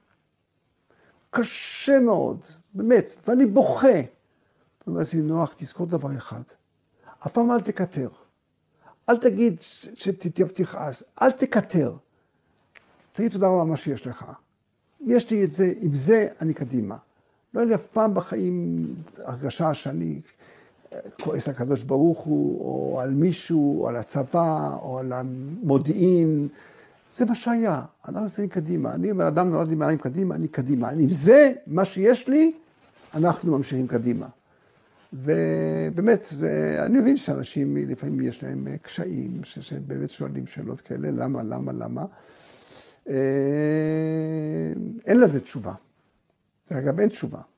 קשה מאוד, באמת, ואני בוכה. ואומר לי, נוח, תזכור דבר אחד, אף פעם אל תקטר. אל תגיד שתבטיח, אל תקטר. תגיד תודה רבה מה שיש לך. יש לי את זה, עם זה אני קדימה. לא היה לי אף פעם בחיים הרגשה שאני כועס על הקדוש ברוך הוא, או על מישהו, או על הצבא, או על המודיעין. זה מה שהיה. אנחנו נמצאים קדימה. אני אומר, אדם נולד לי מעלים קדימה, אני קדימה. עם זה, מה שיש לי, אנחנו ממשיכים קדימה. ובאמת, זה, אני מבין שאנשים לפעמים יש להם קשיים, שבאמת שואלים שאלות כאלה, למה, למה, למה. אין לזה תשובה. אגב, אין תשובה.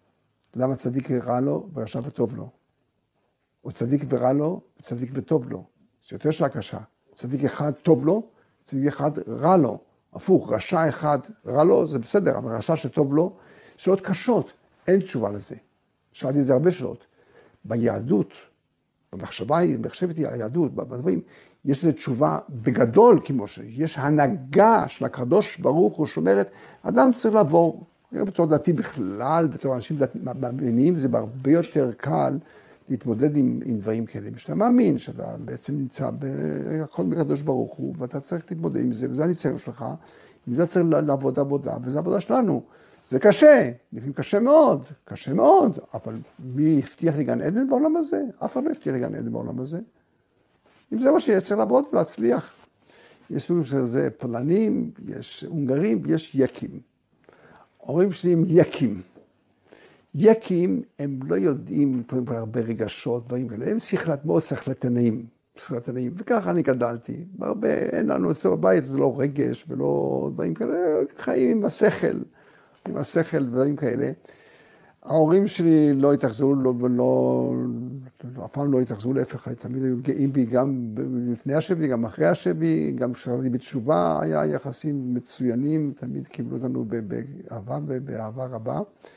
למה צדיק רע לו ורשע וטוב לו? או צדיק ורע לו, צדיק וטוב לו. זה יותר שאלה קשה. צדיק אחד טוב לו, צדיק אחד רע לו. הפוך, רשע אחד רע לו, זה בסדר, אבל רשע שטוב לו, שאלות קשות, אין תשובה לזה. שאלתי את זה הרבה שאלות. ביהדות, במחשבה, במחשבת היהדות, בדברים, יש לזה תשובה בגדול, כמו שיש הנהגה של הקדוש ברוך הוא שאומרת, אדם צריך לעבור, בתור דתי בכלל, בתור אנשים מאמינים, זה הרבה יותר קל להתמודד עם, עם דברים כאלה. שאתה מאמין שאתה בעצם נמצא בכל מקדוש ברוך הוא, ואתה צריך להתמודד עם זה, וזה הניסיון שלך, עם זה צריך לעבוד עבודה, וזה עבודה שלנו. זה קשה, לפעמים קשה מאוד, קשה מאוד, אבל מי הבטיח לי גן עדן בעולם הזה? אף אחד לא הבטיח לי גן עדן בעולם הזה. אם זה מה שיצר לעבוד ולהצליח. יש סוגים של זה פולנים, יש הונגרים ויש יקים. ההורים שלי הם יקים. יקים הם לא יודעים הרבה רגשות, דברים כאלה, הם שכלת, מאוד שכלתנאים, שכלתנאים, וככה אני גדלתי. הרבה, אין לנו אצלו בבית, זה לא רגש ולא דברים כאלה, חיים עם השכל, עם השכל ודברים כאלה. ההורים שלי לא התאכזרו, לא, לא, אף פעם לא התאכזרו להפך, תמיד היו גאים בי גם לפני השבי, גם אחרי השבי, גם כשחזרתי בתשובה, היה יחסים מצוינים, תמיד קיבלו אותנו באהבה ובאהבה רבה.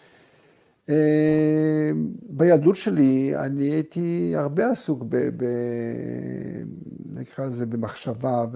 בילדות שלי אני הייתי הרבה עסוק ב, ב, נקרא לזה במחשבה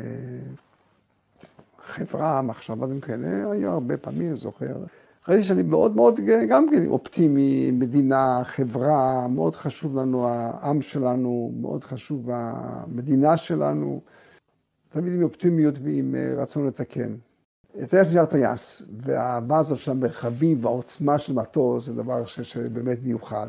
ובחברה, מחשבה וכאלה, היו הרבה פעמים, זוכר. ראיתי שאני מאוד מאוד גם כן אופטימי, מדינה, חברה, מאוד חשוב לנו העם שלנו, מאוד חשוב המדינה שלנו, תמיד עם אופטימיות ועם רצון לתקן. טייס נשאר טייס, והאהבה הזאת של המרחבים והעוצמה של מטוס זה דבר שבאמת מיוחד.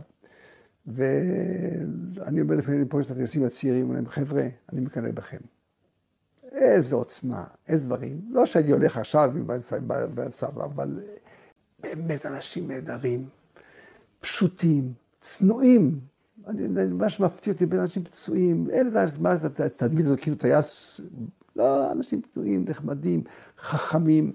ואני אומר לפעמים פה יש את הטייסים הצעירים, אני אומר, חבר'ה, אני מקנא בכם. איזה עוצמה, איזה דברים. לא שהייתי הולך עכשיו בצבא, אבל באמת אנשים נהדרים, פשוטים, צנועים. מה שמפתיע אותי בין אנשים פצועים, אין את התדמית הזאת, כאילו טייס, לא, אנשים פצועים, נחמדים, חכמים.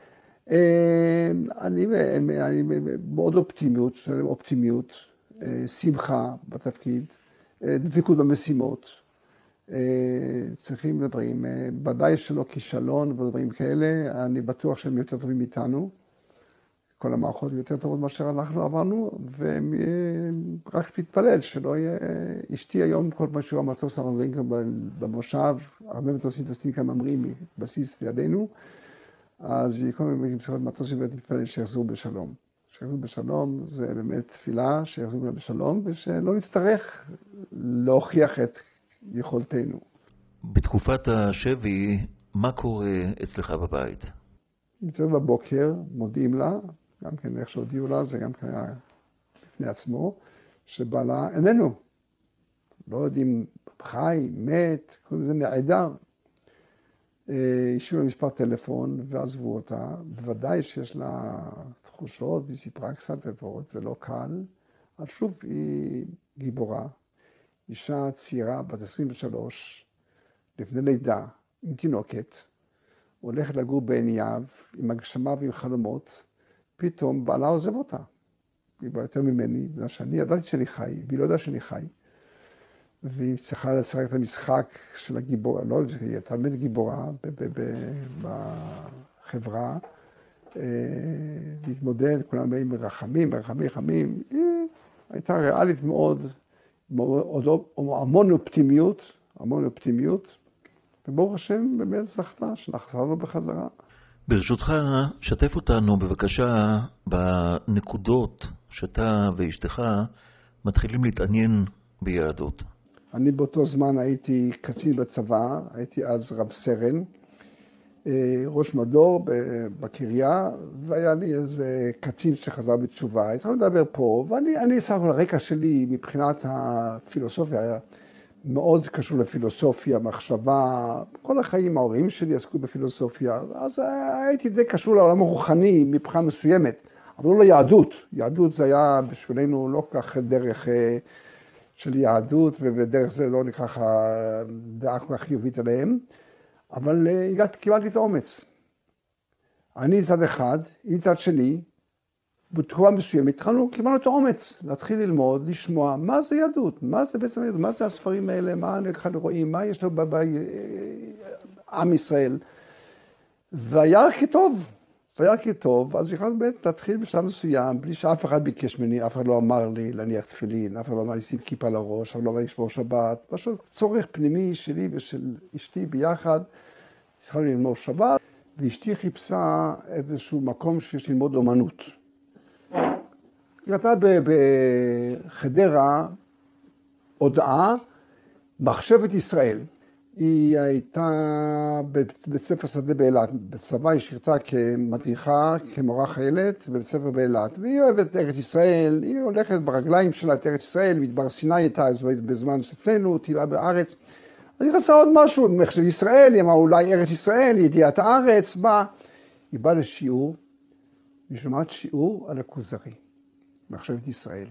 אני, אני מאוד אופטימיות, אופטימיות, שמחה בתפקיד, דבקות במשימות. צריכים לדברים, ודאי שלא כישלון ודברים כאלה, אני בטוח שהם יותר טובים מאיתנו. כל המערכות יותר טובות מאשר אנחנו עברנו, ורק מתפלל שלא יהיה, אשתי היום כל מה שהוא המטוס אנחנו רואים כאן במושב, הרבה מטוסים טסים כאן ממריאים בסיס לידינו, אז היא כל מיני מטוסים מתפלל שיחזרו בשלום. שיחזרו בשלום זה באמת תפילה, שיחזרו בשלום, ושלא נצטרך להוכיח את יכולתנו. בתקופת השבי, מה קורה אצלך בבית? יותר בבוקר מודיעים לה, גם כן איך שהודיעו לה, זה גם כן היה לפני עצמו, שבעלה איננו. לא יודעים, חי, מת, קוראים לזה נעדר. אישרו לה מספר טלפון ועזבו אותה. בוודאי שיש לה תחושות, והיא סיפרה קצת לפחות, זה לא קל. אבל שוב, היא גיבורה. אישה צעירה, בת עשרים ושלוש, לפני לידה, עם תינוקת. הולכת לגור בעין יהב, עם הגשמה ועם חלומות, פתאום בעלה עוזב אותה. היא באה יותר ממני, בגלל שאני ידעתי שאני חי, והיא לא יודעה שאני חי. והיא צריכה לשחק את המשחק של הגיבורה, לא, היא הייתה באמת גיבורה בחברה, להתמודד, כולם באים מרחמים, מרחמים, רחמים. היא הייתה ריאלית מאוד, המון אופטימיות, המון אופטימיות. וברוך השם באמת זכתה שנחזרנו בחזרה. ברשותך, שתף אותנו בבקשה בנקודות שאתה ואשתך מתחילים להתעניין ביהדות. אני באותו זמן הייתי קצין בצבא, הייתי אז רב סרן, ראש מדור בקריה, והיה לי איזה קצין שחזר בתשובה. התחלנו לדבר פה, ואני סך הכל הרקע שלי מבחינת הפילוסופיה היה מאוד קשור לפילוסופיה, מחשבה, כל החיים ההורים שלי עסקו בפילוסופיה, אז הייתי די קשור לעולם הרוחני מבחינה מסוימת, אבל לא ליהדות. יהדות זה היה בשבילנו לא כך דרך של יהדות, ודרך זה לא נקרא דעה כל כך חיובית עליהם, אבל הגעתי, קיבלתי את האומץ. אני מצד אחד, עם צד שני, בתקופה מסוימת התחלנו, קיבלנו את האומץ להתחיל ללמוד, לשמוע מה זה יהדות, מה זה בעצם יהדות, מה זה הספרים האלה, מה אנחנו רואים, מה יש לו בעם ישראל. והיה כטוב, והיה כטוב, אז יכולנו באמת להתחיל בשלב מסוים, בלי שאף אחד ביקש ממני, אף אחד לא אמר לי להניח תפילין, אף אחד לא אמר לי לשים כיפה לראש, אף אחד לא אמר לי לשמור שבת, פשוט צורך פנימי שלי ושל אשתי ביחד, התחלנו ללמוד שבת, ואשתי חיפשה איזשהו מקום שיש ללמוד אומנות. היא ראתה בחדרה הודעה, מחשבת ישראל. היא הייתה בבית ספר שדה באילת, בצבא היא שירתה כמדריכה, כמורה חיילת, בבית ספר באילת. והיא אוהבת את ארץ ישראל, היא הולכת ברגליים שלה את ארץ ישראל, מדבר סיני הייתה בזמן שאצלנו, תהילה בארץ. אז היא רצה עוד משהו, מחשב ישראל, היא אמרה אולי ארץ ישראל, ידיעת הארץ, באה. היא באה לשיעור, היא שומעת שיעור על הכוזרי, מחשבת ישראל.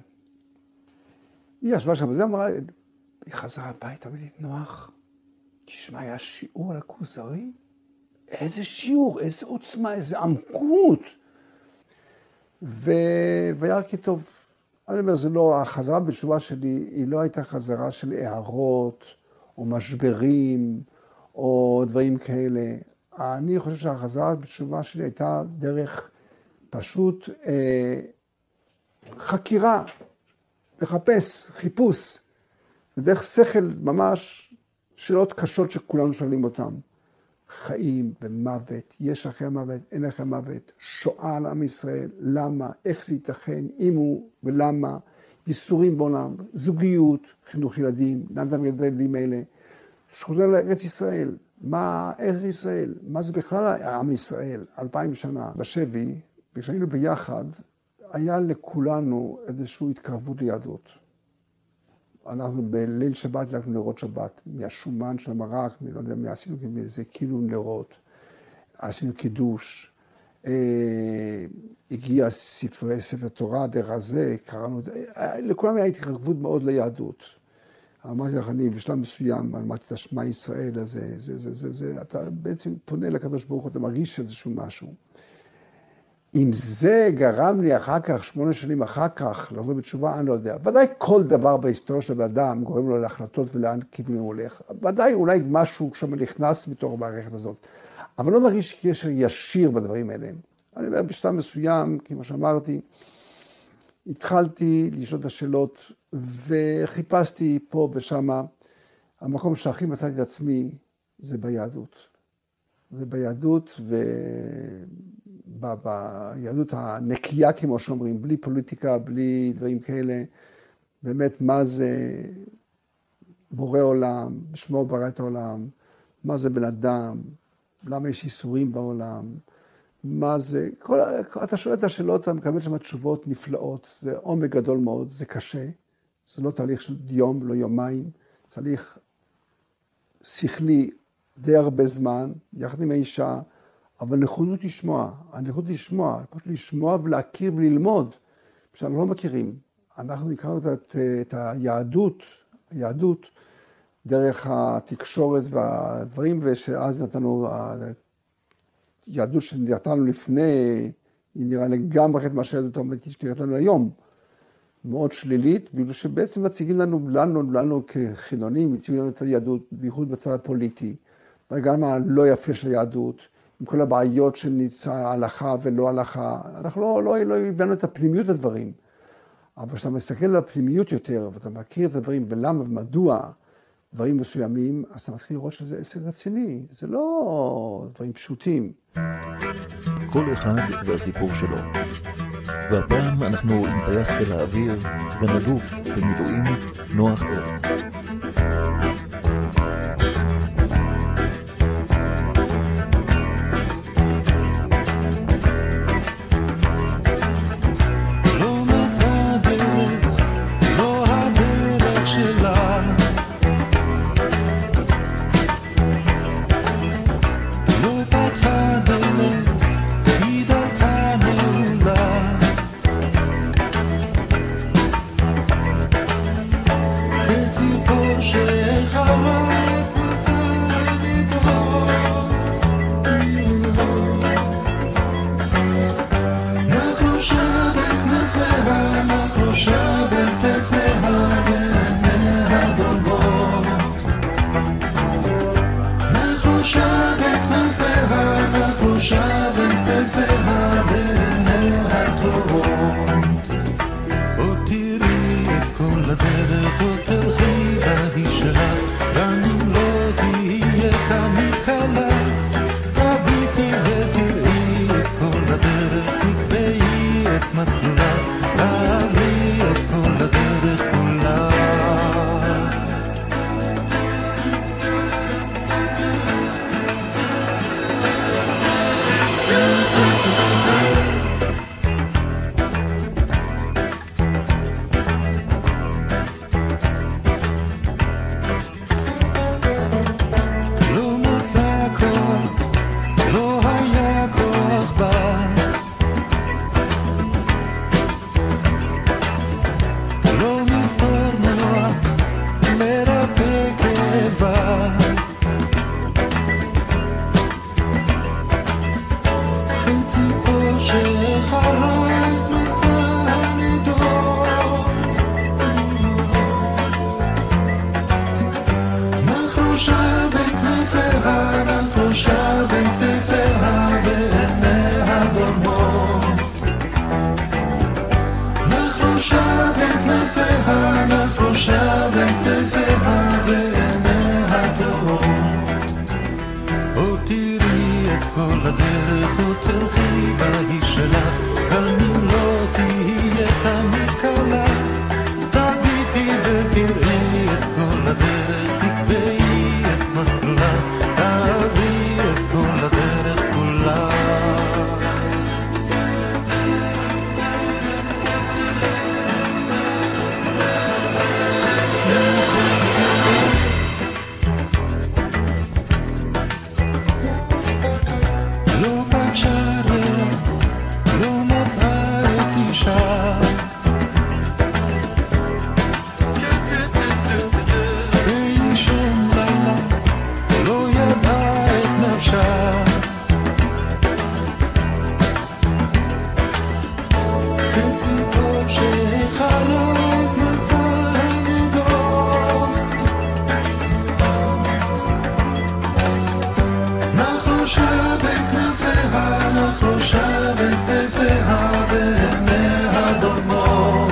היא ישבה שם, וזה אמרה, היא חזרה הביתה ולהתנוח. תשמע, היה שיעור על הכוזרי? איזה שיעור, איזה עוצמה, איזה עמקות. ו... והיה כי טוב, אני אומר, זה לא, החזרה בתשובה שלי, היא לא הייתה חזרה של הערות, או משברים, או דברים כאלה. אני חושב שהחזרה בתשובה שלי הייתה דרך פשוט אה, חקירה, לחפש, חיפוש, ודרך שכל ממש שאלות קשות שכולנו שואלים אותם. חיים ומוות, יש אחרי המוות, אין אחרי המוות, שואה על עם ישראל, למה, איך זה ייתכן, אם הוא ולמה, ייסורים בעולם, זוגיות, חינוך ילדים, לאן אתה מגדל ילדים האלה, זכותנו לארץ ישראל, מה ארץ ישראל, מה זה בכלל עם ישראל, אלפיים שנה בשבי, וכשהיינו ביחד, היה לכולנו איזושהי התקרבות ליהדות. אנחנו בליל שבת הלכנו לראות שבת, מהשומן של המרק, אני לא יודע מה עשינו, זה כאילו לראות, עשינו קידוש, אה, הגיע ספרי, ספר תורה, דרך הזה, קראנו, לכולם היה התקרבות מאוד ליהדות. אמרתי לך, אני בשלב מסוים, אמרתי את השמע ישראל הזה, זה, זה, זה, זה, אתה בעצם פונה לקדוש ברוך הוא, אתה מרגיש איזשהו משהו. אם זה גרם לי אחר כך, שמונה שנים אחר כך, לחזור בתשובה, אני לא יודע. ודאי כל דבר בהיסטוריה של האדם גורם לו להחלטות ולאן כיוון הוא הולך. ודאי אולי משהו שם נכנס בתוך המערכת הזאת. אבל לא מרגיש קשר ישיר בדברים האלה. אני אומר, בשלב מסוים, כמו שאמרתי, התחלתי לשאול את השאלות, וחיפשתי פה ושמה. המקום שהכי מצאתי את עצמי זה ביהדות. וביהדות, וביהדות הנקייה, כמו שאומרים, בלי פוליטיקה, בלי דברים כאלה, באמת מה זה בורא עולם, בשמו ברא את העולם, מה זה בן אדם, למה יש איסורים בעולם, מה זה, כל, אתה שואל את השאלות, אתה מקבל שם תשובות נפלאות, זה עומק גדול מאוד, זה קשה, זה לא תהליך של יום, לא יומיים, תהליך שכלי די הרבה זמן, יחד עם האישה, אבל נכונות לשמוע, הנכונות לשמוע, פשוט לשמוע ולהכיר וללמוד, שאנחנו לא מכירים. אנחנו הכרנו את, את היהדות, היהדות, דרך התקשורת והדברים, ושאז נתנו, היהדות שנראית לנו לפני, היא נראה לגמרי אחרת מה שהיהדות האמיתית שנראית לנו היום. מאוד שלילית, בגלל שבעצם מציגים לנו, לנו, לנו כחילונים, מציגים לנו את היהדות, בייחוד בצד הפוליטי, וגם הלא יפה של היהדות, עם כל הבעיות של ניצה, הלכה ולא הלכה. אנחנו לא, לא, לא הבאנו את הפנימיות הדברים. אבל כשאתה מסתכל על הפנימיות יותר, ואתה מכיר את הדברים ולמה ומדוע דברים מסוימים, אז אתה מתחיל לראות שזה עסק רציני. זה לא דברים פשוטים. כל אחד והסיפור שלו. והפעם אנחנו עם טייס חיל האוויר, סגן אלוף במילואים, נוח ארז. It's you. בין כתפיה ועיניה טובות. עוד תראי את כל הדרך, עוד תלכי בהיא שלך, גם אם לא תהיה תמיד קלה. תביטי ותראי את כל הדרך, תקבעי את מסלולה, תעברי את כל הדרך כולה. לא פגשה רע, לא מצאה את אישה, באישון לילה לא ידעה את נפשה. כציפור שהחלה את מסע הנדוד, נחלושה בכנפיה, נחלושה בכתפיה ועיניה דומות.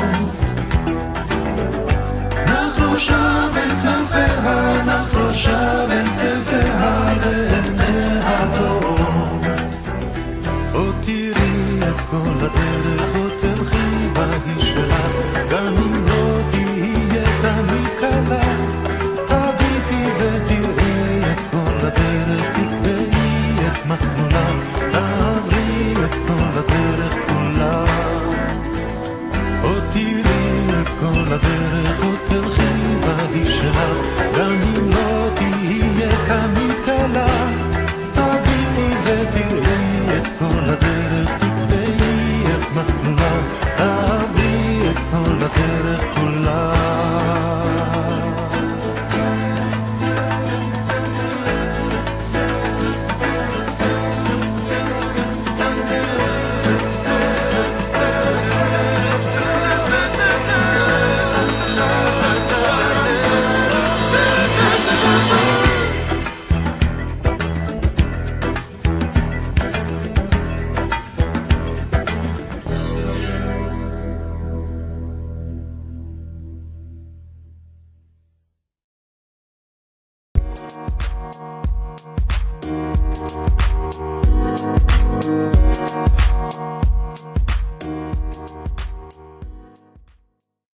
נחלושה בכנפיה, נחלושה בכתפיה ועיניה דומות. עוד תראי את כל הדרך, עוד תלכי בהיא שלך, גם אם לא תהיה תמיד קלה. תביטי ותראי את כל הדרך, תקבעי את מסלולה, תעברי את כל הדרך כולה. עוד תראי את כל הדרך, עוד תלכי בהיא שלך, גם אם לא תהיה תמיד קלה. תביטי ותראי את כל הדרך, תקבעי את מסלולה, תעברי את כל הדרך כולה.